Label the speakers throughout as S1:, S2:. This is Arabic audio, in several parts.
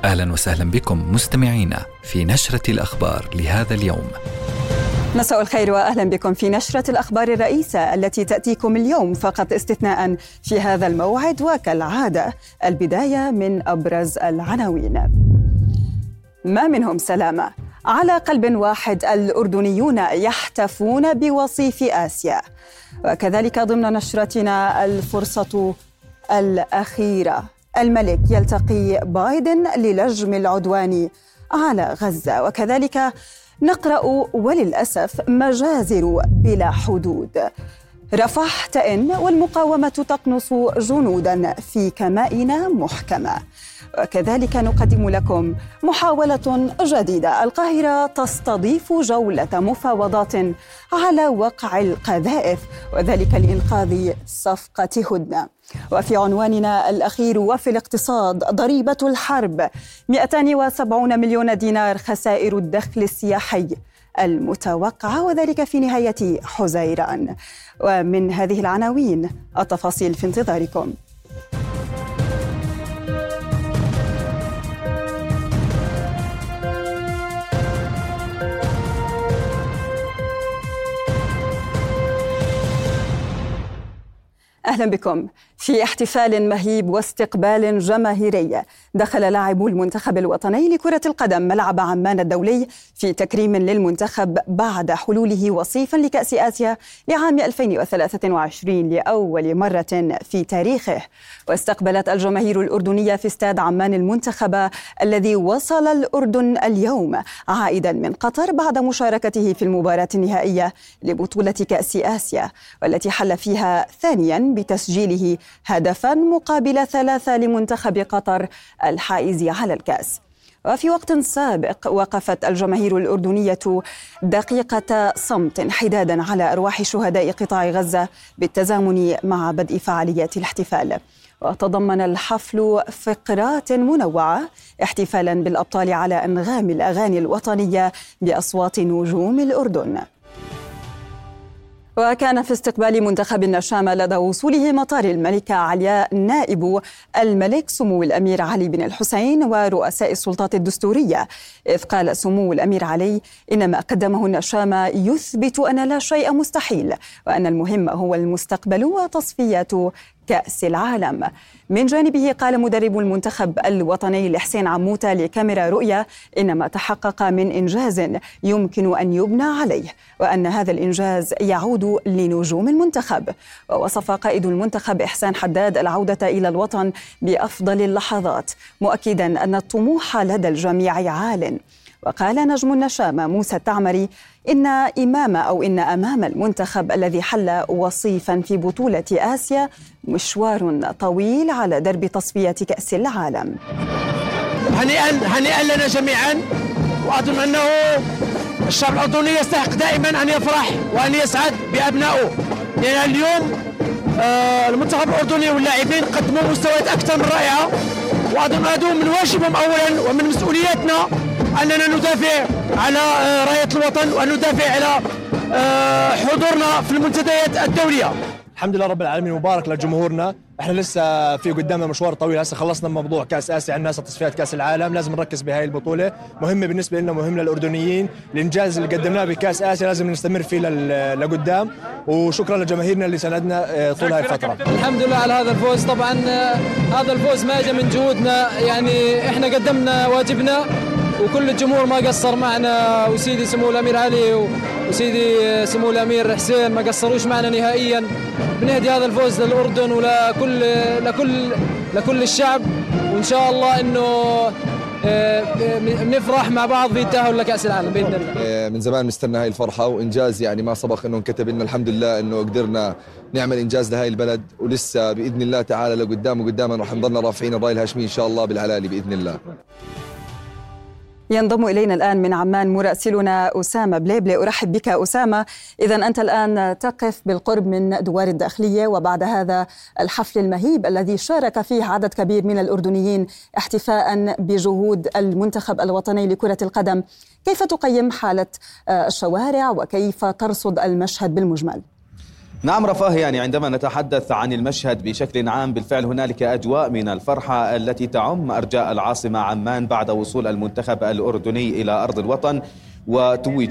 S1: أهلا وسهلا بكم مستمعينا في نشرة الأخبار لهذا اليوم.
S2: مساء الخير وأهلا بكم في نشرة الأخبار الرئيسة التي تأتيكم اليوم فقط استثناء في هذا الموعد، وكالعادة البداية من أبرز العناوين. ما منهم سلامة، على قلب واحد الأردنيون يحتفون بوصيف آسيا. وكذلك ضمن نشرتنا الفرصة الأخيرة، الملك يلتقي بايدن للجم العدوان على غزة. وكذلك نقرأ وللأسف مجازر بلا حدود، رفح تئن والمقاومة تقنص جنودا في كمائن محكمة. وكذلك نقدم لكم محاولة جديدة، القاهرة تستضيف جولة مفاوضات على وقع القذائف وذلك لإنقاذ صفقة هدنة. وفي عنواننا الأخير وفي الاقتصاد، ضريبة الحرب 270 مليون دينار خسائر الدخل السياحي المتوقعة وذلك في نهاية حزيران. ومن هذه العناوين التفاصيل في انتظاركم. أهلا بكم. في احتفال مهيب واستقبال جماهيري، دخل لاعبو المنتخب الوطني لكرة القدم ملعب عمان الدولي في تكريم للمنتخب بعد حلوله وصيفا لكأس آسيا لعام 2023 لأول مرة في تاريخه. واستقبلت الجماهير الأردنية في استاد عمان المنتخب الذي وصل الأردن اليوم عائدا من قطر بعد مشاركته في المباراة النهائية لبطولة كأس آسيا، والتي حل فيها ثانيا بتسجيله هدفا مقابل 3 لمنتخب قطر الحائز على الكأس. وفي وقت سابق وقفت الجماهير الأردنية دقيقة صمت حدادا على أرواح شهداء قطاع غزة بالتزامن مع بدء فعاليات الاحتفال. وتضمن الحفل فقرات منوعة احتفالا بالأبطال على أنغام الأغاني الوطنية بأصوات نجوم الأردن. وكان في استقبال منتخب النشامة لدى وصوله مطار الملكة علياء نائب الملك سمو الأمير علي بن الحسين ورؤساء السلطات الدستورية، إذ قال سمو الأمير علي إن ما قدمه النشامة يثبت أن لا شيء مستحيل وأن المهم هو المستقبل وتصفية كأس العالم. من جانبه قال مدرب المنتخب الوطني لحسين عموتة لكاميرا رؤيا إن ما تحقق من إنجاز يمكن أن يبنى عليه وأن هذا الإنجاز يعود لنجوم المنتخب. ووصف قائد المنتخب إحسان حداد العودة إلى الوطن بأفضل اللحظات، مؤكدا أن الطموح لدى الجميع عال. وقال نجم النشامة موسى التعمري إن أمام المنتخب الذي حل وصيفا في بطولة آسيا مشوار طويل على درب تصفية كأس العالم.
S3: هنيئا لنا جميعا، وأظن أنه الشعب الأردني يستحق دائما أن يفرح وأن يسعد بأبنائه، لأن اليوم المنتخب الأردني واللاعبين قدموا مستويات أكثر من رائعة، وأظن هذا من واجبهم أولا ومن مسؤولياتنا أننا ندافع على راية الوطن وأن ندافع على حضورنا في المنتديات الدولية.
S4: الحمد لله رب العالمين، مبارك لجمهورنا. احنا لسه في قدامنا مشوار طويل، هسه خلصنا موضوع كاس اسيا، عندنا هسه تصفيات كاس العالم، لازم نركز بهاي البطوله، مهمه بالنسبه لنا، مهم للاردنيين. الانجاز اللي قدمناه بكاس اسيا لازم نستمر فيه لقدام، وشكرا لجماهيرنا اللي ساندنا طول هاي الفتره.
S5: الحمد لله على هذا الفوز. طبعا هذا الفوز ما جاء من جهودنا، يعني احنا قدمنا واجبنا وكل الجمهور ما قصر معنا، وسيدي سمو الأمير علي وسيدي سمو الأمير حسين ما قصروش معنا نهائيا. بنهدي هذا الفوز للأردن ولكل الشعب، وإن شاء الله إنه نفرح مع بعض في التأهل لكأس العالم بإذن الله.
S6: من زمان نستنى هاي الفرحة، وإنجاز يعني ما سبق إنه انكتب لنا، الحمد لله إنه قدرنا نعمل إنجاز لهاي البلد، ولسه بإذن الله تعالى لقدام وقداما راح نضلنا رافعين الراية الهاشمي إن شاء الله بالعلالي بإذن الله.
S2: ينضم إلينا الآن من عمان مراسلنا أسامة بليبلي. أرحب بك أسامة. إذن أنت الآن تقف بالقرب من دوار الداخلية، وبعد هذا الحفل المهيب الذي شارك فيه عدد كبير من الأردنيين احتفاء بجهود المنتخب الوطني لكرة القدم، كيف تقيم حالة الشوارع وكيف ترصد المشهد بالمجمل؟
S7: نعم رفاه، يعني عندما نتحدث عن المشهد بشكل عام بالفعل هنالك أجواء من الفرحة التي تعم أرجاء العاصمة عمان بعد وصول المنتخب الأردني إلى أرض الوطن، وتوج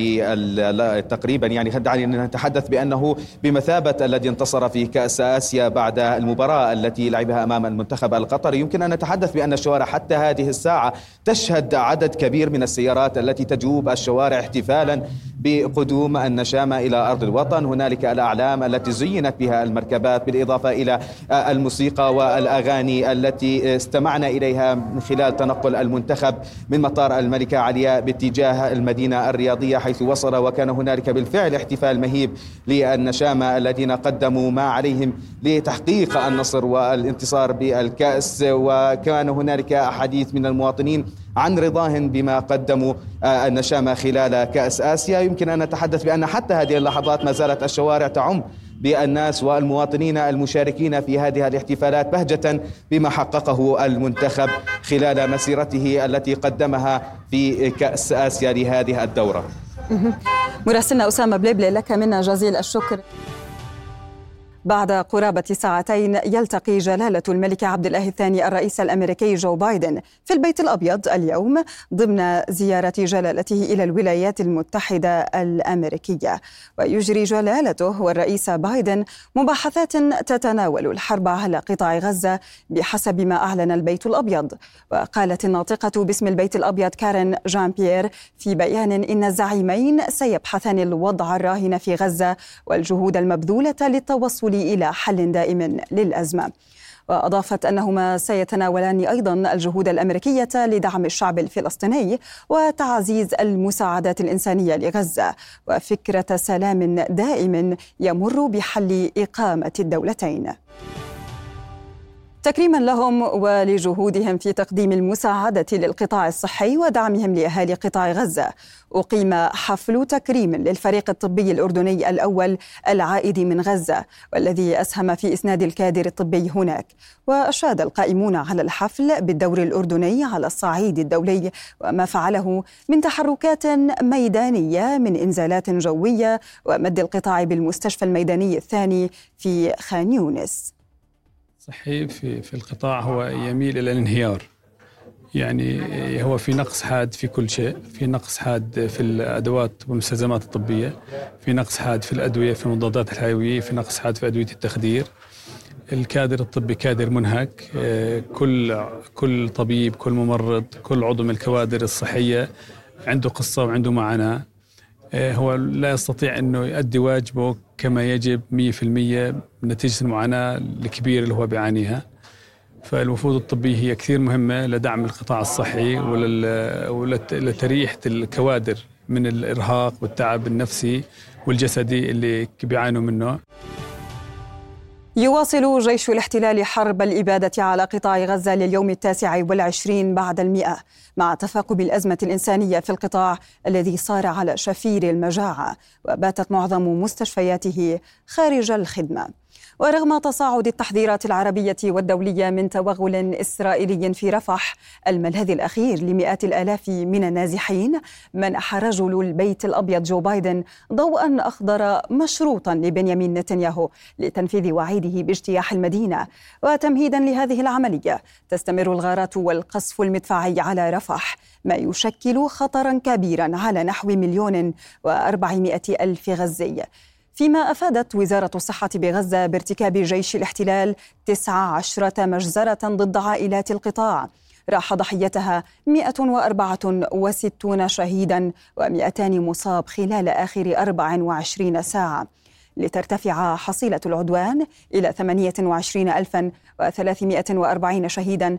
S7: تقريبا يعني دعني نتحدث بأنه بمثابة الذي انتصر في كأس آسيا بعد المباراة التي لعبها أمام المنتخب القطري. يمكن أن نتحدث بأن الشوارع حتى هذه الساعة تشهد عدد كبير من السيارات التي تجوب الشوارع احتفالا بقدوم النشامة إلى أرض الوطن. هنالك الأعلام التي زينت بها المركبات بالإضافة إلى الموسيقى والأغاني التي استمعنا إليها من خلال تنقل المنتخب من مطار الملكة علياء باتجاه المدينة الرياضية حيث وصل، وكان هنالك بالفعل احتفال مهيب للنشامة الذين قدموا ما عليهم لتحقيق النصر والانتصار بالكأس. وكان هنالك حديث من المواطنين عن رضاهم بما قدموا النشامة خلال كأس آسيا. يمكن أن نتحدث بأن حتى هذه اللحظات ما زالت الشوارع تعم بالناس والمواطنين المشاركين في هذه الاحتفالات بهجة بما حققه المنتخب خلال مسيرته التي قدمها في كأس آسيا لهذه الدورة.
S2: مراسلنا أسامة بليبلي، لك منا جزيل الشكر. بعد قرابة ساعتين يلتقي جلالة الملك عبد الله الثاني الرئيس الأمريكي جو بايدن في البيت الأبيض اليوم ضمن زيارة جلالته إلى الولايات المتحدة الأمريكية. ويجري جلالته والرئيس بايدن مباحثات تتناول الحرب على قطاع غزة بحسب ما أعلن البيت الأبيض. وقالت الناطقة باسم البيت الأبيض كارين جان بيير في بيان إن الزعيمين سيبحثان الوضع الراهن في غزة والجهود المبذولة للتوصل إلى حل دائم للأزمة. وأضافت أنهما سيتناولان أيضا الجهود الأمريكية لدعم الشعب الفلسطيني وتعزيز المساعدات الإنسانية لغزة وفكرة سلام دائم يمر بحل إقامة الدولتين. تكريما لهم ولجهودهم في تقديم المساعدة للقطاع الصحي ودعمهم لأهالي قطاع غزة، أقيم حفل تكريم للفريق الطبي الأردني الأول العائد من غزة والذي أسهم في إسناد الكادر الطبي هناك. وأشاد القائمون على الحفل بالدور الأردني على الصعيد الدولي وما فعله من تحركات ميدانية من إنزالات جوية ومد القطاع بالمستشفى الميداني الثاني في خان يونس.
S8: صحيح في القطاع هو يميل إلى الانهيار، يعني هو في نقص حاد في كل شيء، في نقص حاد في الأدوات والمستلزمات الطبية، في نقص حاد في الأدوية في المضادات الحيوية، في نقص حاد في أدوية التخدير. الكادر الطبي كادر منهك، كل طبيب كل ممرض كل عضو من الكوادر الصحية عنده قصة وعنده معاناة. هو لا يستطيع أنه يؤدي واجبه كما يجب 100% نتيجة المعاناة الكبيرة اللي هو بيعانيها. فالوفود الطبية هي كثير مهمة لدعم القطاع الصحي ولتريح الكوادر من الإرهاق والتعب النفسي والجسدي اللي بيعانوا منه.
S2: يواصل جيش الاحتلال حرب الإبادة على قطاع غزة لليوم 29 بعد 100 مع تفاقم الأزمة الإنسانية في القطاع الذي صار على شفير المجاعة وباتت معظم مستشفياته خارج الخدمة. ورغم تصاعد التحذيرات العربية والدولية من توغل إسرائيلي في رفح الملاذ الأخير لمئات الآلاف من النازحين، منح رجل البيت الأبيض جو بايدن ضوءا أخضر مشروطا لبنيامين نتنياهو لتنفيذ وعيده باجتياح المدينة. وتمهيدا لهذه العملية تستمر الغارات والقصف المدفعي على رفح ما يشكل خطرا كبيرا على نحو 1,400,000 غزي. فيما أفادت وزارة الصحة بغزة بارتكاب جيش الاحتلال 19 مجزرة ضد عائلات القطاع راح ضحيتها 164 شهيدا و200 مصاب خلال آخر 24 ساعة، لترتفع حصيلة العدوان إلى 28,340 شهيدا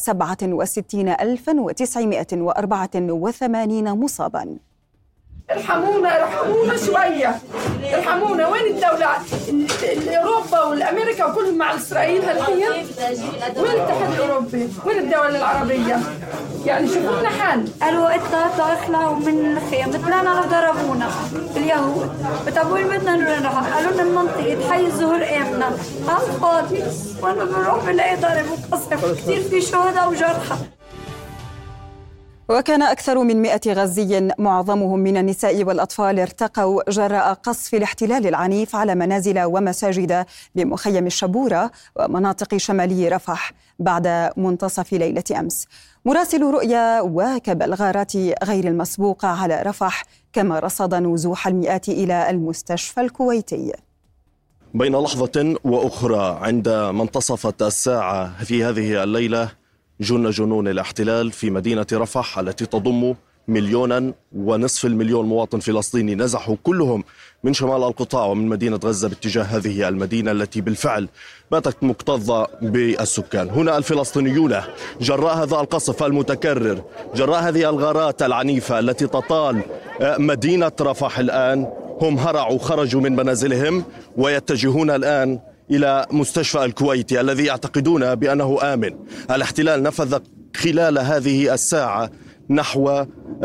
S2: و67,984 مصابا.
S9: ارحمونا شوية، ارحمونا. وين الدولة الأوروبا والأمريكا وكلهم مع إسرائيل هالحين؟ وين الاتحاد الأوروبي؟ وين الدول العربية؟ يعني شوفوا لنا حل.
S10: قالوا اطلعوا اخلعوا من الخيام، طلعنا ضربونا اليهود. طب وين بدنا نروح؟ قالوا لنا المنطقة حي الزهور آمنة. على الفاضي، وانا بروح بلاقي ضرب وقصف كثير، في شهداء وجرحى.
S2: وكان أكثر من 100 غزي معظمهم من النساء والأطفال ارتقوا جراء قصف الاحتلال العنيف على منازل ومساجد بمخيم الشبورة ومناطق شمالي رفح بعد منتصف ليلة أمس. مراسل رؤيا واكب الغارات غير المسبوقة على رفح، كما رصد نزوح المئات إلى المستشفى الكويتي.
S11: بين لحظة وأخرى عندما انتصفت الساعة في هذه الليلة جن جنون الاحتلال في مدينة رفح التي تضم 1.5 مليون مواطن فلسطيني، نزحوا كلهم من شمال القطاع ومن مدينة غزة باتجاه هذه المدينة التي بالفعل باتت مكتظة بالسكان. هنا الفلسطينيون جراء هذا القصف المتكرر، جراء هذه الغارات العنيفة التي تطال مدينة رفح الآن، هم هرعوا، خرجوا من منازلهم ويتجهون الآن إلى مستشفى الكويتي الذي يعتقدون بأنه آمن. الاحتلال نفذ خلال هذه الساعة نحو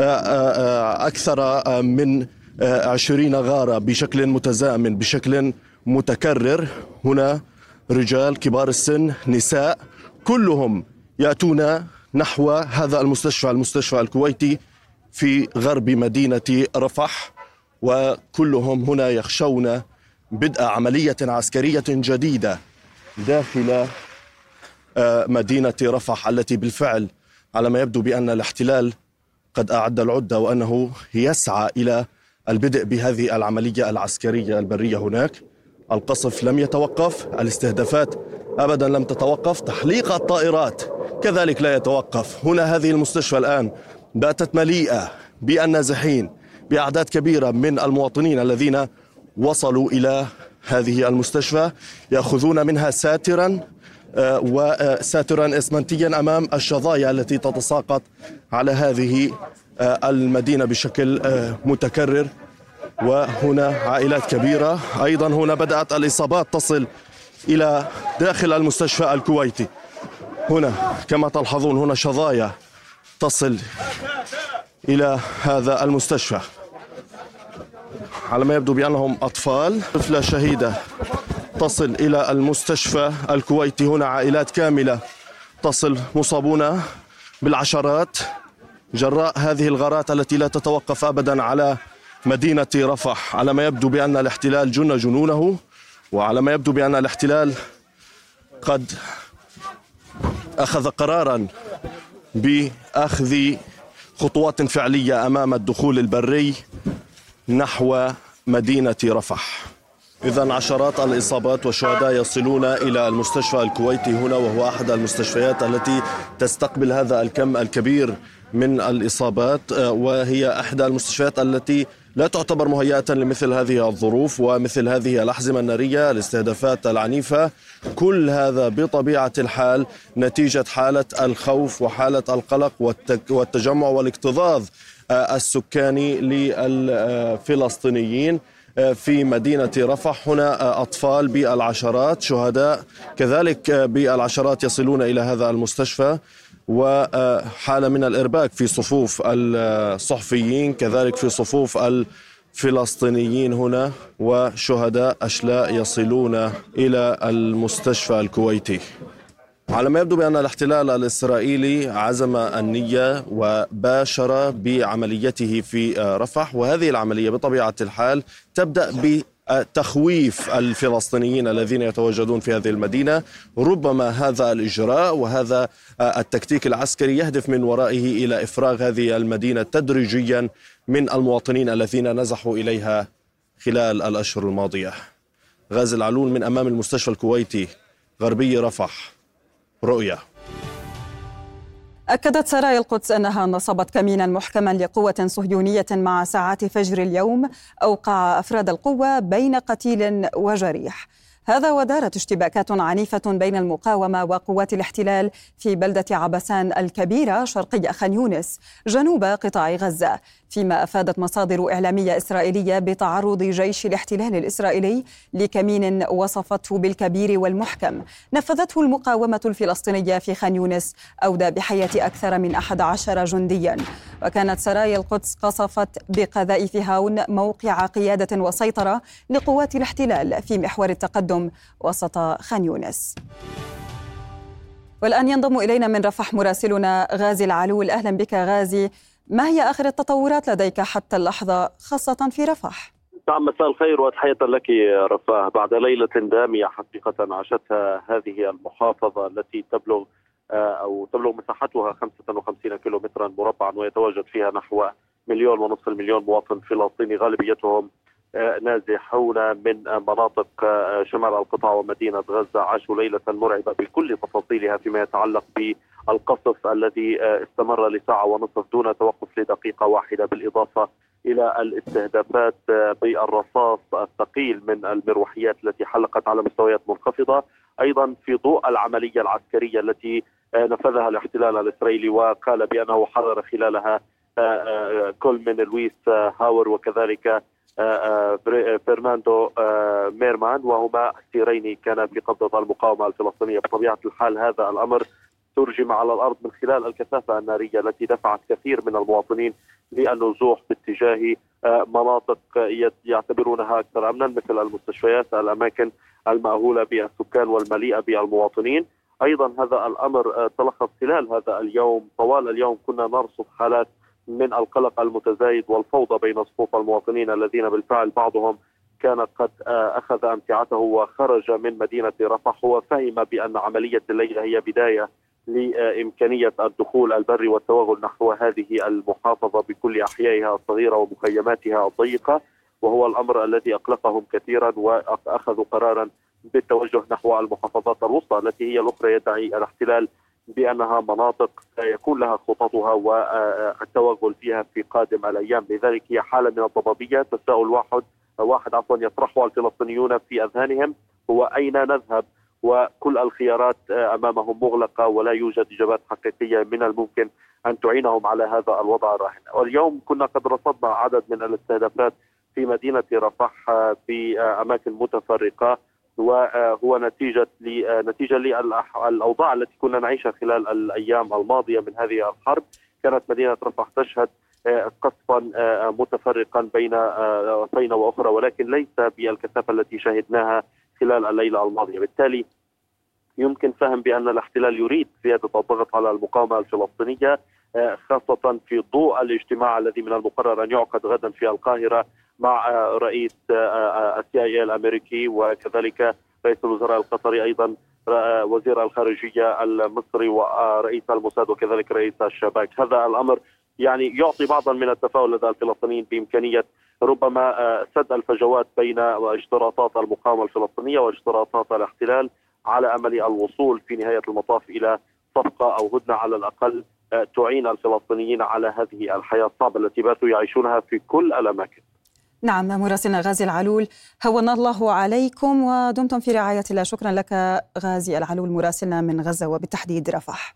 S11: أكثر من 20 غارة بشكل متزامن بشكل متكرر. هنا رجال كبار السن، نساء، كلهم يأتون نحو هذا المستشفى الكويتي في غرب مدينة رفح، وكلهم هنا يخشون بدء عملية عسكرية جديدة داخل مدينة رفح التي بالفعل على ما يبدو بأن الاحتلال قد أعد العدة وأنه يسعى إلى البدء بهذه العملية العسكرية البرية هناك. القصف لم يتوقف، الاستهدافات أبدا لم تتوقف، تحليق الطائرات كذلك لا يتوقف. هنا هذه المستشفى الآن باتت مليئة بالنازحين، بأعداد كبيرة من المواطنين الذين وصلوا إلى هذه المستشفى، يأخذون منها ساترا إسمنتيا أمام الشظايا التي تتساقط على هذه المدينة بشكل متكرر. وهنا عائلات كبيرة أيضا. هنا بدأت الإصابات تصل إلى داخل المستشفى الكويتي. هنا كما تلحظون هنا شظايا تصل إلى هذا المستشفى، على ما يبدو بأنهم أطفال. طفلة شهيدة تصل إلى المستشفى الكويتي. هنا عائلات كاملة تصل، مصابون بالعشرات جراء هذه الغارات التي لا تتوقف أبدا على مدينة رفح. على ما يبدو بأن الاحتلال جن جنونه، وعلى ما يبدو بأن الاحتلال قد أخذ قرارا بأخذ خطوات فعلية أمام الدخول البري نحو مدينة رفح. إذن عشرات الإصابات والشهداء يصلون إلى المستشفى الكويتي هنا، وهو أحد المستشفيات التي تستقبل هذا الكم الكبير من الإصابات، وهي إحدى المستشفيات التي لا تعتبر مهيئة لمثل هذه الظروف ومثل هذه الأحزمة النارية، الاستهدافات العنيفة. كل هذا بطبيعة الحال نتيجة حالة الخوف وحالة القلق والتجمع والاكتظاظ السكاني للفلسطينيين في مدينة رفح. هنا أطفال بالعشرات، شهداء كذلك بالعشرات يصلون إلى هذا المستشفى، وحالة من الإرباك في صفوف الصحفيين كذلك في صفوف الفلسطينيين هنا، وشهداء أشلاء يصلون إلى المستشفى الكويتي. على ما يبدو بأن الاحتلال الإسرائيلي عزم النية وباشر بعمليته في رفح، وهذه العملية بطبيعة الحال تبدأ بتخويف الفلسطينيين الذين يتواجدون في هذه المدينة. ربما هذا الإجراء وهذا التكتيك العسكري يهدف من ورائه إلى إفراغ هذه المدينة تدريجيا من المواطنين الذين نزحوا إليها خلال الأشهر الماضية. غازي العلول من أمام المستشفى الكويتي غربي رفح، رؤيا.
S2: أكدت سرايا القدس أنها نصبت كمينا محكما لقوة صهيونية مع ساعات فجر اليوم أوقع أفراد القوة بين قتيل وجريح. هذا ودارت اشتباكات عنيفة بين المقاومة وقوات الاحتلال في بلدة عبسان الكبيرة شرقي خان يونس جنوب قطاع غزة، فيما أفادت مصادر إعلامية إسرائيلية بتعرض جيش الاحتلال الإسرائيلي لكمين وصفته بالكبير والمحكم نفذته المقاومة الفلسطينية في خان يونس أودى بحياة أكثر من 11 جنديا. وكانت سرايا القدس قصفت بقذائف هاون موقع قيادة وسيطرة لقوات الاحتلال في محور التقدم وسط خان يونس. والآن ينضم إلينا من رفح مراسلنا غازي العلول. أهلا بك غازي، ما هي آخر التطورات لديك حتى اللحظة خاصة في رفح؟
S12: نعم، مساء الخير وتحية لك رفاه. بعد ليلة دامية حقيقة عاشتها هذه المحافظة التي تبلغ مساحتها 55 كيلومترا مربعا ويتواجد فيها نحو 1.5 مليون مواطن فلسطيني، غالبيتهم نازحون من مناطق شمال القطاع ومدينة غزة. عاشوا ليلة مرعبة بكل تفاصيلها فيما يتعلق بالقصف الذي استمر لساعة ونصف دون توقف لدقيقة واحدة، بالإضافة إلى الاستهدافات بالرصاص الثقيل من المروحيات التي حلقت على مستويات منخفضة، أيضا في ضوء العملية العسكرية التي نفذها الاحتلال الإسرائيلي وقال بأنه حرر خلالها كل من لويس هاور وكذلك فرناندو ميرمان، وهما أسيرين كان في قبضة المقاومة الفلسطينية. بطبيعة الحال هذا الأمر ترجم على الأرض من خلال الكثافة النارية التي دفعت كثير من المواطنين للنزوح باتجاه مناطق يعتبرونها أكثر أمنا، مثل المستشفيات، الأماكن المأهولة بالسكان والمليئة بالمواطنين. أيضا هذا الأمر تلخص خلال هذا اليوم. طوال اليوم كنا نرصد حالات من القلق المتزايد والفوضى بين صفوف المواطنين الذين بالفعل بعضهم كان قد أخذ أمتعته وخرج من مدينة رفح وفهم بأن عملية الليلة هي بداية لإمكانية الدخول البري والتوغل نحو هذه المحافظة بكل أحيائها الصغيرة ومخيماتها الضيقة، وهو الأمر الذي أقلقهم كثيرا وأخذوا قرارا بالتوجه نحو المحافظات الوسطى التي هي الأخرى يدعي الاحتلال بأنها مناطق يكون لها خططها والتوغل فيها في قادم الأيام. لذلك هي حالة من الضبابية. تساؤل واحد يطرحه الفلسطينيون في أذهانهم هو أين نذهب، وكل الخيارات أمامهم مغلقة ولا يوجد إجابات حقيقية من الممكن أن تعينهم على هذا الوضع الراهن. واليوم كنا قد رصدنا عدد من الاستهدافات في مدينة رفح في أماكن متفرقة، وهو نتيجة للأوضاع التي كنا نعيشها خلال الأيام الماضية من هذه الحرب. كانت مدينة رفح تشهد قصفا متفرقا بين فينة وأخرى، ولكن ليس بالكثافة التي شهدناها خلال الليلة الماضية. بالتالي يمكن فهم بأن الاحتلال يريد زيادة الضغط على المقاومة الفلسطينية، خاصة في ضوء الاجتماع الذي من المقرر أن يعقد غدا في القاهرة مع رئيس CIA الأمريكي وكذلك رئيس الوزراء القطري، أيضا وزير الخارجية المصري ورئيس الموساد وكذلك رئيس الشباك. هذا الأمر يعني يعطي بعضا من التفاؤل لدى الفلسطينيين بإمكانية ربما سد الفجوات بين اشتراطات المقاومة الفلسطينية واشتراطات الاحتلال على أمل الوصول في نهاية المطاف إلى صفقة أو هدنة على الأقل تعين الفلسطينيين على هذه الحياة الصعبة التي باتوا يعيشونها في كل الأماكن.
S2: نعم، مراسلنا غازي العلول، هون الله عليكم ودمتم في رعاية الله. شكرا لك غازي العلول مراسلنا من غزة وبالتحديد رفح.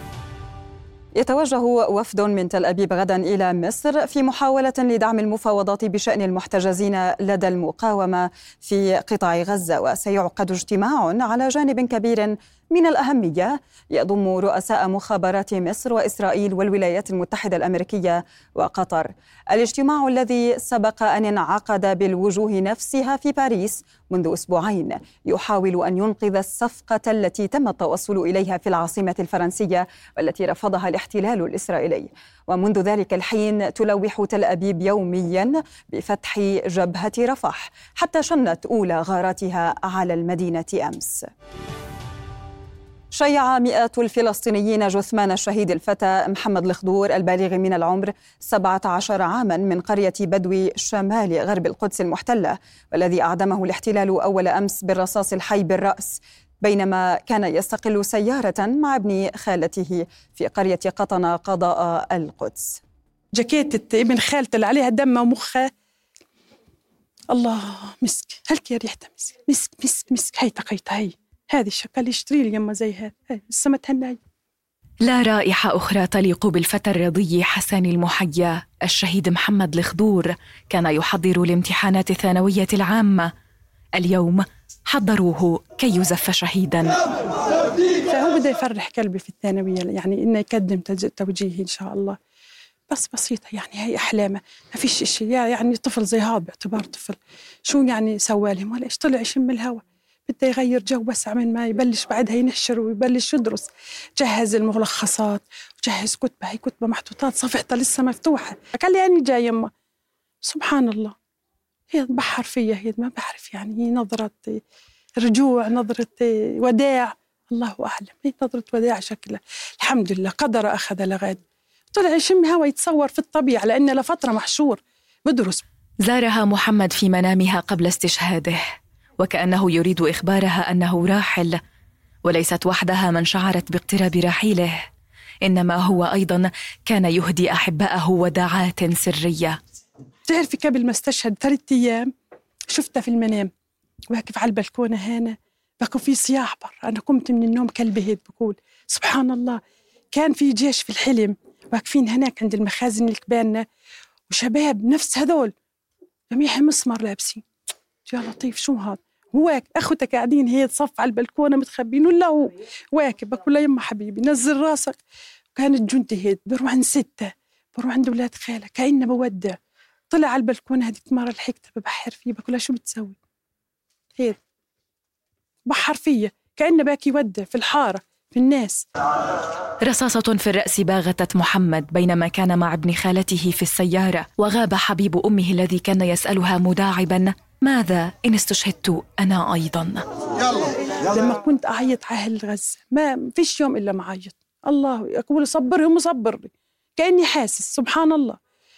S2: يتوجه وفد من تل أبيب غدا إلى مصر في محاولة لدعم المفاوضات بشأن المحتجزين لدى المقاومة في قطاع غزة، وسيعقد اجتماع على جانب كبير من الأهمية يضم رؤساء مخابرات مصر وإسرائيل والولايات المتحدة الأمريكية وقطر. الاجتماع الذي سبق أن انعقد بالوجوه نفسها في باريس منذ أسبوعين يحاول أن ينقذ الصفقة التي تم التوصل إليها في العاصمة الفرنسية والتي رفضها الاحتلال الإسرائيلي. ومنذ ذلك الحين تلوح تل أبيب يوميا بفتح جبهة رفح حتى شنت أولى غاراتها على المدينة أمس. شيع مئات الفلسطينيين جثمان الشهيد الفتى محمد الخضور البالغ من العمر 17 عاما من قرية بدوي شمال غرب القدس المحتلة، والذي أعدمه الاحتلال أول أمس بالرصاص الحي بالرأس بينما كان يستقل سيارة مع ابن خالته في قرية قطنة قضاء القدس.
S13: جاكيتة ابن خالته اللي عليها دم ومخها، الله مسك هلك يا ريحتها مسك مسك مسك هي هذه الشكل يشتري لي يما زي هذا لسه ما تهناي.
S14: لا رائحة أخرى تليق بالفتى الرضي حسن المحيا الشهيد محمد الخضور. كان يحضر لامتحانات الثانوية العامة. اليوم حضروه كي يزف شهيدا.
S13: فهو بده يفرح قلبي في الثانوية، يعني إنه يقدم توجيهي إن شاء الله، بس بسيطة يعني هي أحلامه، ما فيش إشي. يعني طفل زي هذا باعتبار طفل شو يعني سوالهم ولا إيش، طلع يشم الهواء بده يغير جو وسع من ما يبلش بعدها ينحشر ويبلش يدرس. جهز الملخصات وجهز كتبه، هي كتبه محطوطات صفحتها لسه مفتوحه. قال لي أنا جاي يما. سبحان الله، هي بحر فيها، هي ما بعرف يعني، هي نظرة رجوع، نظرة وداع، الله أعلم، هي نظرة وداع شكلها. الحمد لله قدر أخذ لغد، طلع يشم هوا يتصور في الطبيعة لأنه لفترة محشور بدرس.
S14: زارها محمد في منامها قبل استشهاده، وكأنه يريد إخبارها أنه راحل، وليست وحدها من شعرت باقتراب رحيله، إنما هو أيضا كان يهدي أحبائه وداعات سرية.
S13: تعرفي قبل ما استشهد 3 أيام شفتها في المنام واقف على البلكونة هنا، بكون في صياح برا. أنا قمت من النوم كالبهت، بقول سبحان الله، كان في جيش في الحلم واقفين هناك عند المخازن الكبانة، وشباب نفس هذول جميع مسمر لابسين. يا لطيف شو هذا؟ هو أخوتك قاعدين هي تصف على البلكونة متخبين ولا هو واقف؟ بقول له يما حبيبي نزل راسك. كانت جندي هيد بروح عند 6، بروح عند أولاد خالة كأنه بودع. طلع على البلكونة هذيك مرة لحقتها ببحر فيه، بقول لها شو بتسوي؟ هيد بحر فيه كأنه باكي يودع في الحارة في الناس.
S14: رصاصة في الرأس باغتت محمد بينما كان مع ابن خالته في السيارة، وغاب حبيب أمه الذي كان يسألها مداعبا: ماذا إن استشهدت أنا أيضا؟
S13: لما كنت أعيط على أهل غزة ما فيش يوم إلا معيط، الله أقول صبرهم وصبرني، كأني حاسس. سبحان الله.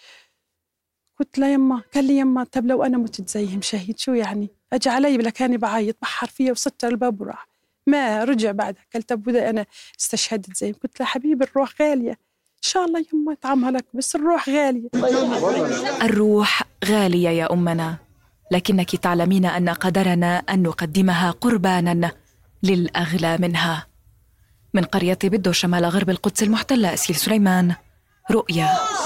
S13: قلت له يما، قال لي يما طب لو أنا متت زيهم شهيد شو يعني؟ أجي علي بلا كاني بعيط بحر فيها وسكر الباب وراح. ما رجع بعدها قال طب وإذا أنا استشهدت زيهم؟ قلت له حبيبي الروح غالية، إن شاء الله يما طعمها لك، بس الروح غالية.
S14: الروح غالية يا أمنا، لكنك تعلمين أن قدرنا أن نقدمها قربانا للأغلى منها. من قرية بدو شمال غرب القدس المحتلة، أسيل سليمان، رؤيا.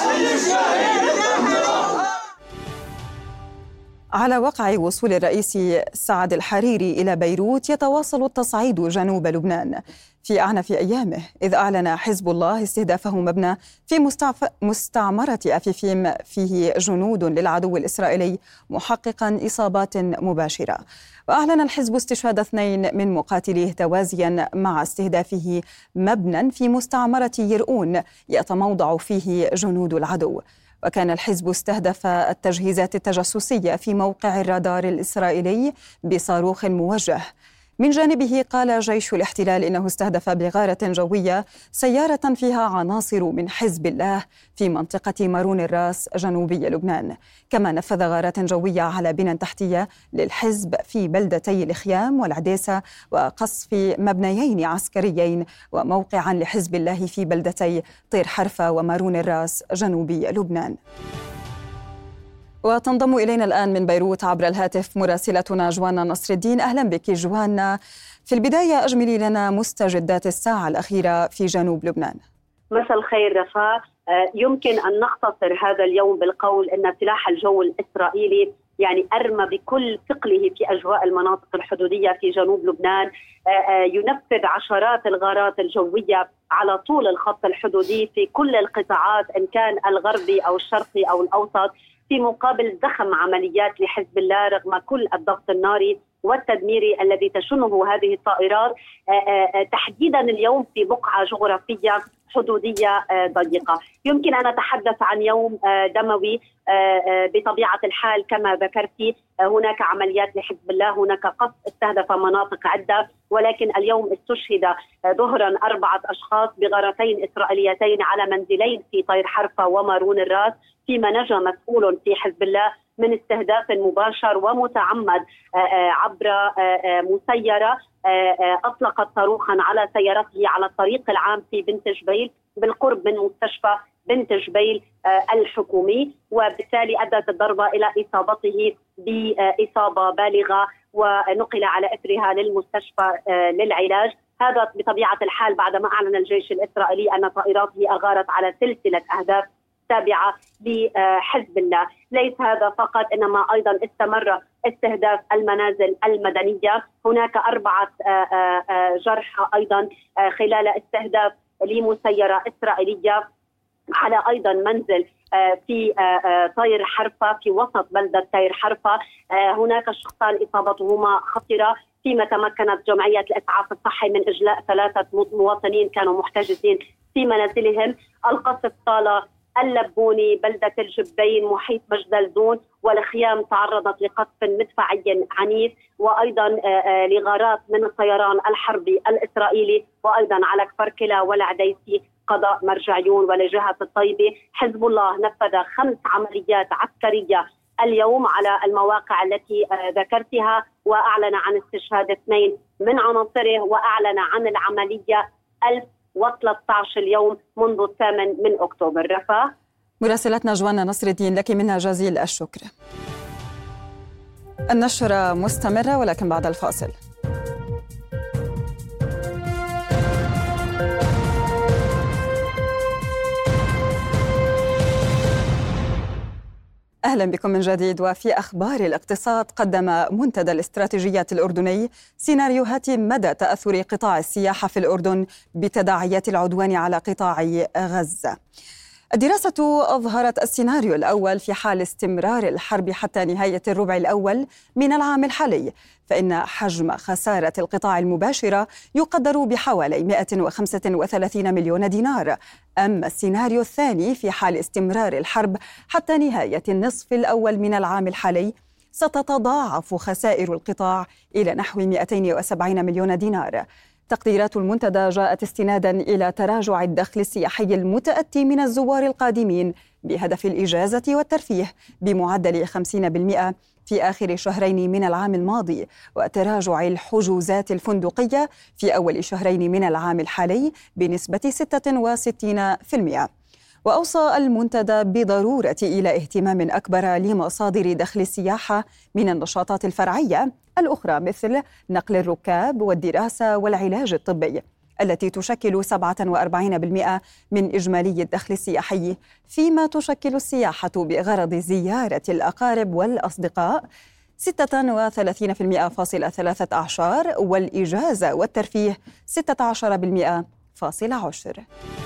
S2: على وقع وصول الرئيس سعد الحريري إلى بيروت، يتواصل التصعيد جنوب لبنان في أعنف أيامه، إذ أعلن حزب الله استهدافه مبنى في مستعمرة أفيفيم فيه جنود للعدو الإسرائيلي، محققا إصابات مباشرة. وأعلن الحزب استشهاد 2 من مقاتليه توازيا مع استهدافه مبنى في مستعمرة يرؤون يتموضع فيه جنود العدو. وكان الحزب استهدف التجهيزات التجسسية في موقع الرادار الإسرائيلي بصاروخ موجه. من جانبه قال جيش الاحتلال إنه استهدف بغارة جوية سيارة فيها عناصر من حزب الله في منطقة مارون الراس جنوبي لبنان. كما نفذ غارات جوية على بنى تحتية للحزب في بلدتي الخيام والعديسة، وقصف مبنيين عسكريين وموقعا لحزب الله في بلدتي طير حرفة ومارون الراس جنوبي لبنان. وتنضم إلينا الآن من بيروت عبر الهاتف مراسلتنا جوانا نصر الدين. أهلا بك جوانا. في البداية أجملي لنا مستجدات الساعة الأخيرة في جنوب لبنان.
S15: مساء الخير رفاء. يمكن أن نختصر هذا اليوم بالقول أن سلاح الجو الإسرائيلي يعني أرمى بكل ثقله في أجواء المناطق الحدودية في جنوب لبنان، ينفذ عشرات الغارات الجوية على طول الخط الحدودي في كل القطاعات إن كان الغربي أو الشرقي أو الأوسط، في مقابل ضخم عمليات لحزب الله رغم كل الضغط الناري والتدميري الذي تشنه هذه الطائرات، تحديدا اليوم في بقعة جغرافية حدودية ضيقة. يمكن أن نتحدث عن يوم دموي بطبيعة الحال كما ذكرتي. هناك عمليات لحزب الله، هناك قصف استهدف مناطق عدة، ولكن اليوم استشهد ظهرا 4 أشخاص بغارتين إسرائيليتين على منزلين في طير حرفة ومارون الراس، فيما نجا مسؤول في حزب الله من استهداف مباشر ومتعمد عبر مسيرة أطلقت صاروخا على سيارته على الطريق العام في بنت جبيل بالقرب من مستشفى بنت جبيل الحكومي، وبالتالي أدت الضربة إلى إصابته بإصابة بالغة ونقل على إثرها للمستشفى للعلاج. هذا بطبيعة الحال بعدما أعلن الجيش الإسرائيلي أن طائراته أغارت على سلسلة أهداف تابعة لحزب الله. ليس هذا فقط، إنما أيضا استمر استهداف المنازل المدنية. هناك 4 جرحى أيضا خلال استهداف لمسيرة إسرائيلية على أيضا منزل في طير حرفة في وسط بلدة طير حرفة. هناك شخصان إصابتهما خطرة فيما تمكنت جمعية الإسعاف الصحي من إجلاء 3 مواطنين كانوا محتجزين في منازلهم. القصف طالة، اللبوني، بلدة الجبين، محيط مجدلدون والخيام تعرضت لقصف مدفعي عنيف، وأيضا لغارات من الطيران الحربي الإسرائيلي، وأيضا على كفر كلا والعديسي قضاء مرجعيون ولجهة الطيبة. حزب الله نفذ 5 عمليات عسكرية اليوم على المواقع التي ذكرتها، وأعلن عن استشهاد 2 من عناصره، وأعلن عن العملية 1013 اليوم منذ 8 أكتوبر. رفاه.
S2: مراسلتنا جوانا نصر الدين، لك منا جزيل الشكر. النشرة مستمرة ولكن بعد الفاصل. أهلا بكم من جديد. وفي أخبار الاقتصاد، قدم منتدى الاستراتيجيات الأردني سيناريوهات مدى تأثر قطاع السياحة في الأردن بتداعيات العدوان على قطاع غزة. الدراسة أظهرت السيناريو الأول في حال استمرار الحرب حتى نهاية الربع الأول من العام الحالي، فإن حجم خسارة القطاع المباشرة يقدر بحوالي 135 مليون دينار. أما السيناريو الثاني في حال استمرار الحرب حتى نهاية النصف الأول من العام الحالي، ستتضاعف خسائر القطاع إلى نحو 270 مليون دينار. تقديرات المنتدى جاءت استناداً إلى تراجع الدخل السياحي المتأتي من الزوار القادمين بهدف الإجازة والترفيه بمعدل 50% في آخر شهرين من العام الماضي، وتراجع الحجوزات الفندقية في أول شهرين من العام الحالي بنسبة 66%. وأوصى المنتدى بضرورة إلى اهتمام أكبر لمصادر دخل السياحة من النشاطات الفرعية الأخرى مثل نقل الركاب والدراسة والعلاج الطبي، التي تشكل 47% من إجمالي الدخل السياحي، فيما تشكل السياحة بغرض زيارة الأقارب والأصدقاء 36.13%، والإجازة والترفيه 16.10%.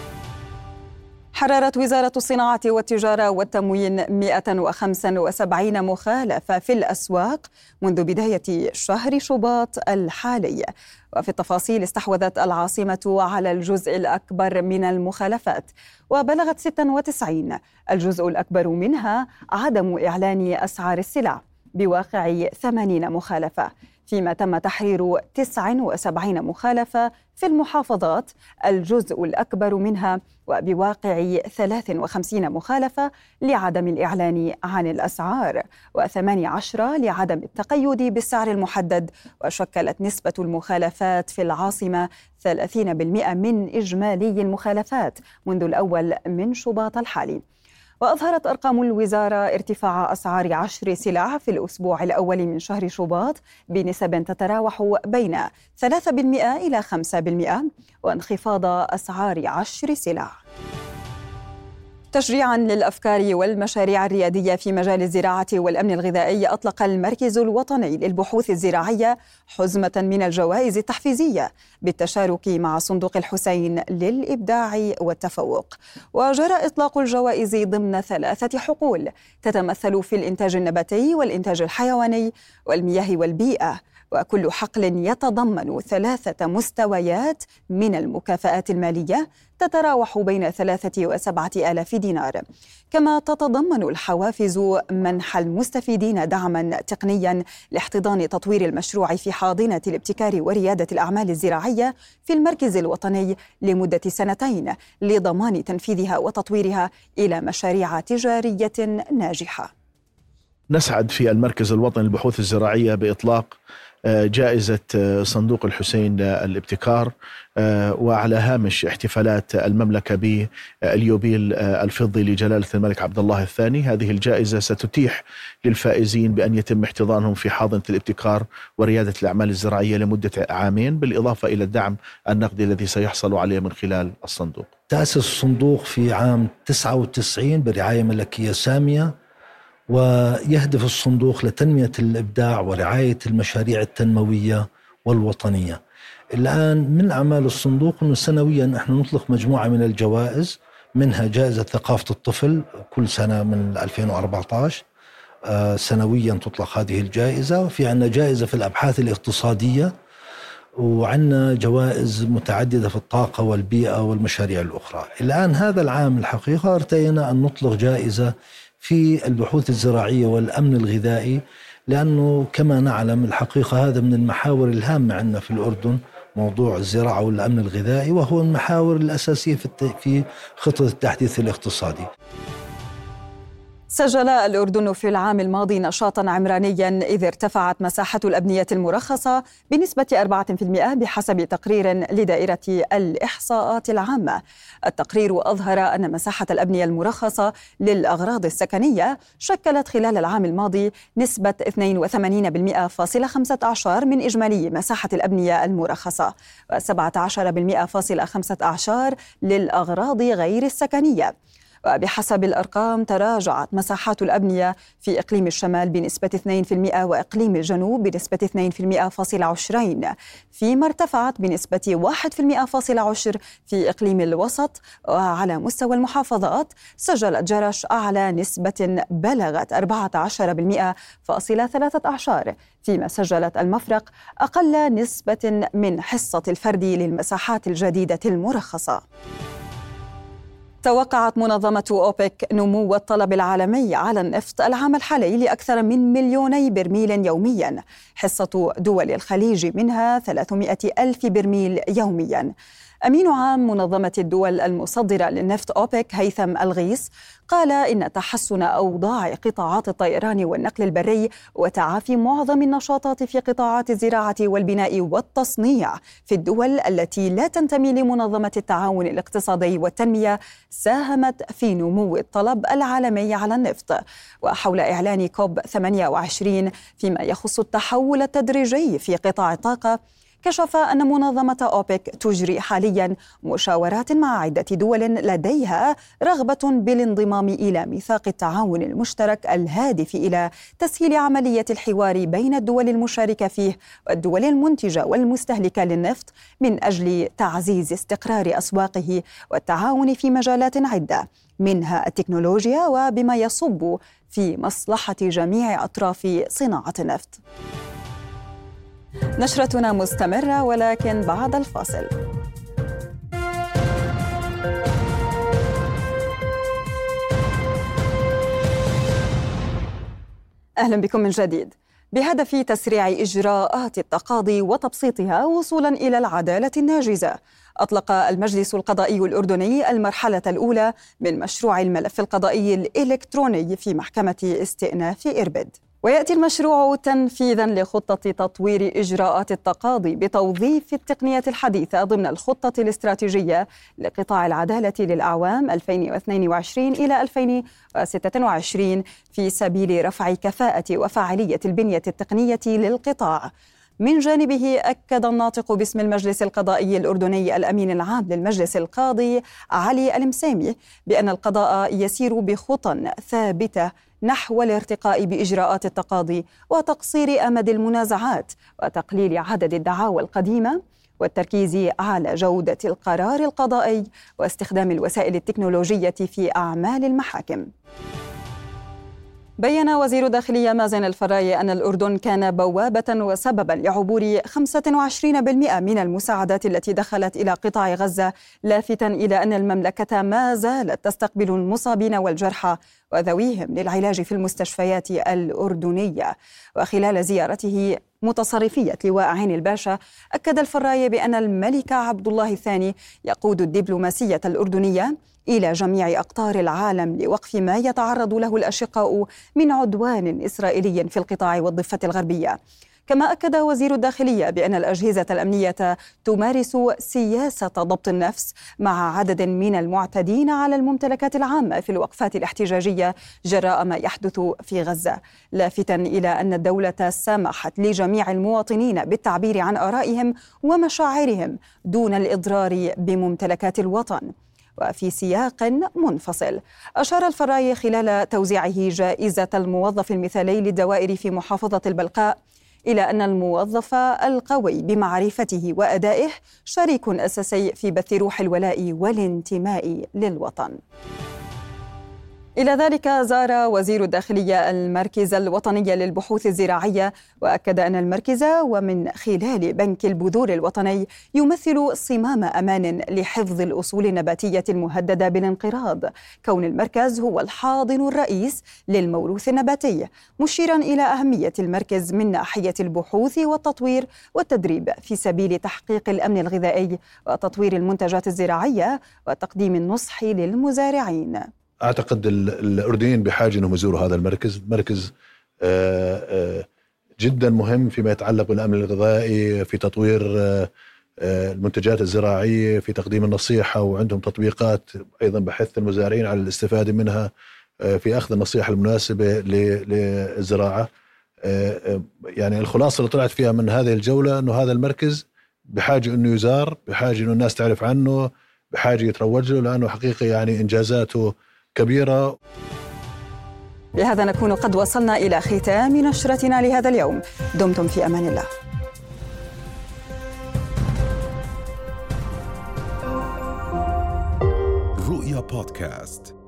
S2: حررت وزارة الصناعة والتجارة والتموين 175 مخالفة في الأسواق منذ بداية شهر شباط الحالي. وفي التفاصيل، استحوذت العاصمة على الجزء الأكبر من المخالفات وبلغت 96. الجزء الأكبر منها عدم إعلان أسعار السلع بواقع 80 مخالفة، فيما تم تحرير 79 مخالفة في المحافظات، الجزء الأكبر منها وبواقع 53 مخالفة لعدم الإعلان عن الأسعار، و18 لعدم التقيد بالسعر المحدد. وشكلت نسبة المخالفات في العاصمة 30% من إجمالي المخالفات منذ الأول من شباط الحالي. وأظهرت أرقام الوزارة ارتفاع أسعار 10 سلع في الأسبوع الأول من شهر شباط بنسب تتراوح بين 3% إلى 5%، وانخفاض أسعار 10 سلع. تشجيعاً للأفكار والمشاريع الريادية في مجال الزراعة والأمن الغذائي، أطلق المركز الوطني للبحوث الزراعية حزمة من الجوائز التحفيزية بالتشارك مع صندوق الحسين للإبداع والتفوق. وجرى إطلاق الجوائز ضمن 3 حقول تتمثل في الإنتاج النباتي والإنتاج الحيواني والمياه والبيئة، وكل حقل يتضمن 3 مستويات من المكافآت المالية تتراوح بين 3 و7 آلاف دينار. كما تتضمن الحوافز منح المستفيدين دعما تقنيا لاحتضان تطوير المشروع في حاضنة الابتكار وريادة الأعمال الزراعية في المركز الوطني لمدة 2 لضمان تنفيذها وتطويرها إلى مشاريع تجارية ناجحة.
S16: نسعد في المركز الوطني للبحوث الزراعية بإطلاق جائزة صندوق الحسين للابتكار، وعلى هامش احتفالات المملكة باليوبيل الفضي لجلالة الملك عبد الله الثاني. هذه الجائزة ستتيح للفائزين بأن يتم احتضانهم في حاضنة الابتكار وريادة الأعمال الزراعية لمدة 2 عام، بالإضافة إلى الدعم النقدي الذي سيحصل عليه من خلال الصندوق.
S17: تأسس الصندوق في عام 99 برعاية ملكية سامية، ويهدف الصندوق لتنمية الإبداع ورعاية المشاريع التنموية والوطنية. الآن من أعمال الصندوق أنه سنويا نحن نطلق مجموعة من الجوائز، منها جائزة ثقافة الطفل كل سنة من 2014، سنويا تطلق هذه الجائزة، وفي عندنا جائزة في الأبحاث الاقتصادية، وعندنا جوائز متعددة في الطاقة والبيئة والمشاريع الأخرى. الآن هذا العام الحقيقة ارتئينا أن نطلق جائزة في البحوث الزراعية والأمن الغذائي، لأنه كما نعلم الحقيقة هذا من المحاور الهامة عندنا في الأردن، موضوع الزراعة والأمن الغذائي، وهو المحاور الأساسية في خطة التحديث الاقتصادي.
S2: سجل الأردن في العام الماضي نشاطاً عمرانياً، إذ ارتفعت مساحة الأبنية المرخصة بنسبة 4% بحسب تقرير لدائرة الإحصاءات العامة. التقرير أظهر أن مساحة الأبنية المرخصة للأغراض السكنية شكلت خلال العام الماضي نسبة 82.15% من إجمالي مساحة الأبنية المرخصة، و17.15% للأغراض غير السكنية. وبحسب الأرقام تراجعت مساحات الأبنية في إقليم الشمال بنسبة 2% وإقليم الجنوب بنسبة 2.20%، فيما ارتفعت بنسبة 1.10% في إقليم الوسط. وعلى مستوى المحافظات سجلت جرش أعلى نسبة بلغت 14.13%، فيما سجلت المفرق أقل نسبة من حصة الفرد للمساحات الجديدة المرخصة. توقعت منظمة أوبك نمو الطلب العالمي على النفط العام الحالي لأكثر من 2,000,000 برميل يومياً، حصة دول الخليج منها 300,000 برميل يومياً. أمين عام منظمة الدول المصدرة للنفط أوبك هيثم الغيث قال إن تحسن أوضاع قطاعات الطيران والنقل البري وتعافي معظم النشاطات في قطاعات الزراعة والبناء والتصنيع في الدول التي لا تنتمي لمنظمة التعاون الاقتصادي والتنمية ساهمت في نمو الطلب العالمي على النفط. وحول إعلان كوب 28 فيما يخص التحول التدريجي في قطاع الطاقة، كشف أن منظمة أوبك تجري حالياً مشاورات مع عدة دول لديها رغبة بالانضمام إلى ميثاق التعاون المشترك الهادف إلى تسهيل عملية الحوار بين الدول المشاركة فيه والدول المنتجة والمستهلكة للنفط من أجل تعزيز استقرار أسواقه والتعاون في مجالات عدة منها التكنولوجيا، وبما يصب في مصلحة جميع أطراف صناعة النفط. نشرتنا مستمرة ولكن بعد الفاصل. أهلا بكم من جديد. بهدف تسريع إجراءات التقاضي وتبسيطها وصولا إلى العدالة الناجزة، أطلق المجلس القضائي الأردني المرحلة الأولى من مشروع الملف القضائي الإلكتروني في محكمة استئناف إربد. ويأتي المشروع تنفيذاً لخطة تطوير إجراءات التقاضي بتوظيف التقنية الحديثة ضمن الخطة الاستراتيجية لقطاع العدالة للأعوام 2022 إلى 2026 في سبيل رفع كفاءة وفاعلية البنية التقنية للقطاع. من جانبه أكد الناطق باسم المجلس القضائي الأردني الأمين العام للمجلس القاضي علي المسامي بأن القضاء يسير بخطى ثابتة نحو الارتقاء بإجراءات التقاضي وتقصير أمد المنازعات وتقليل عدد الدعاوى القديمة والتركيز على جودة القرار القضائي واستخدام الوسائل التكنولوجية في أعمال المحاكم. بيّن وزير الداخلية مازن الفراي أن الأردن كان بوابة وسبباً لعبور 25% من المساعدات التي دخلت إلى قطاع غزة، لافتاً إلى أن المملكة ما زالت تستقبل المصابين والجرحى وذويهم للعلاج في المستشفيات الأردنية. وخلال زيارته متصرفية لواء عين الباشا، أكد الفراي بأن الملك عبد الله الثاني يقود الدبلوماسية الأردنية إلى جميع أقطار العالم لوقف ما يتعرض له الأشقاء من عدوان إسرائيلي في القطاع والضفة الغربية. كما أكد وزير الداخلية بأن الأجهزة الأمنية تمارس سياسة ضبط النفس مع عدد من المعتدين على الممتلكات العامة في الوقفات الاحتجاجية جراء ما يحدث في غزة، لافتاً إلى أن الدولة سمحت لجميع المواطنين بالتعبير عن آرائهم ومشاعرهم دون الإضرار بممتلكات الوطن. وفي سياق منفصل، أشار الفراي خلال توزيعه جائزة الموظف المثالي للدوائر في محافظة البلقاء إلى أن الموظف القوي بمعرفته وأدائه شريك أساسي في بث روح الولاء والانتماء للوطن. إلى ذلك زار وزير الداخلية المركز الوطني للبحوث الزراعية، وأكد أن المركز ومن خلال بنك البذور الوطني يمثل صمام أمان لحفظ الأصول النباتية المهددة بالانقراض، كون المركز هو الحاضن الرئيس للموروث النباتي، مشيرا إلى أهمية المركز من ناحية البحوث والتطوير والتدريب في سبيل تحقيق الأمن الغذائي وتطوير المنتجات الزراعية وتقديم النصح للمزارعين.
S18: أعتقد الأردنيين بحاجة أنهم يزوروا هذا المركز. مركز جدا مهم فيما يتعلق بالأمن الغذائي، في تطوير المنتجات الزراعية، في تقديم النصيحة، وعندهم تطبيقات أيضا بحث المزارعين على الاستفادة منها في أخذ النصيحة المناسبة للزراعة. يعني الخلاصة اللي طلعت فيها من هذه الجولة أنه هذا المركز بحاجة أنه يزار، بحاجة أنه الناس تعرف عنه، بحاجة يتروج له، لأنه حقيقة يعني إنجازاته كبيرة.
S2: بهذا نكون قد وصلنا إلى ختام نشرتنا لهذا اليوم. دمتم في أمان الله.
S19: رؤيا بودكاست.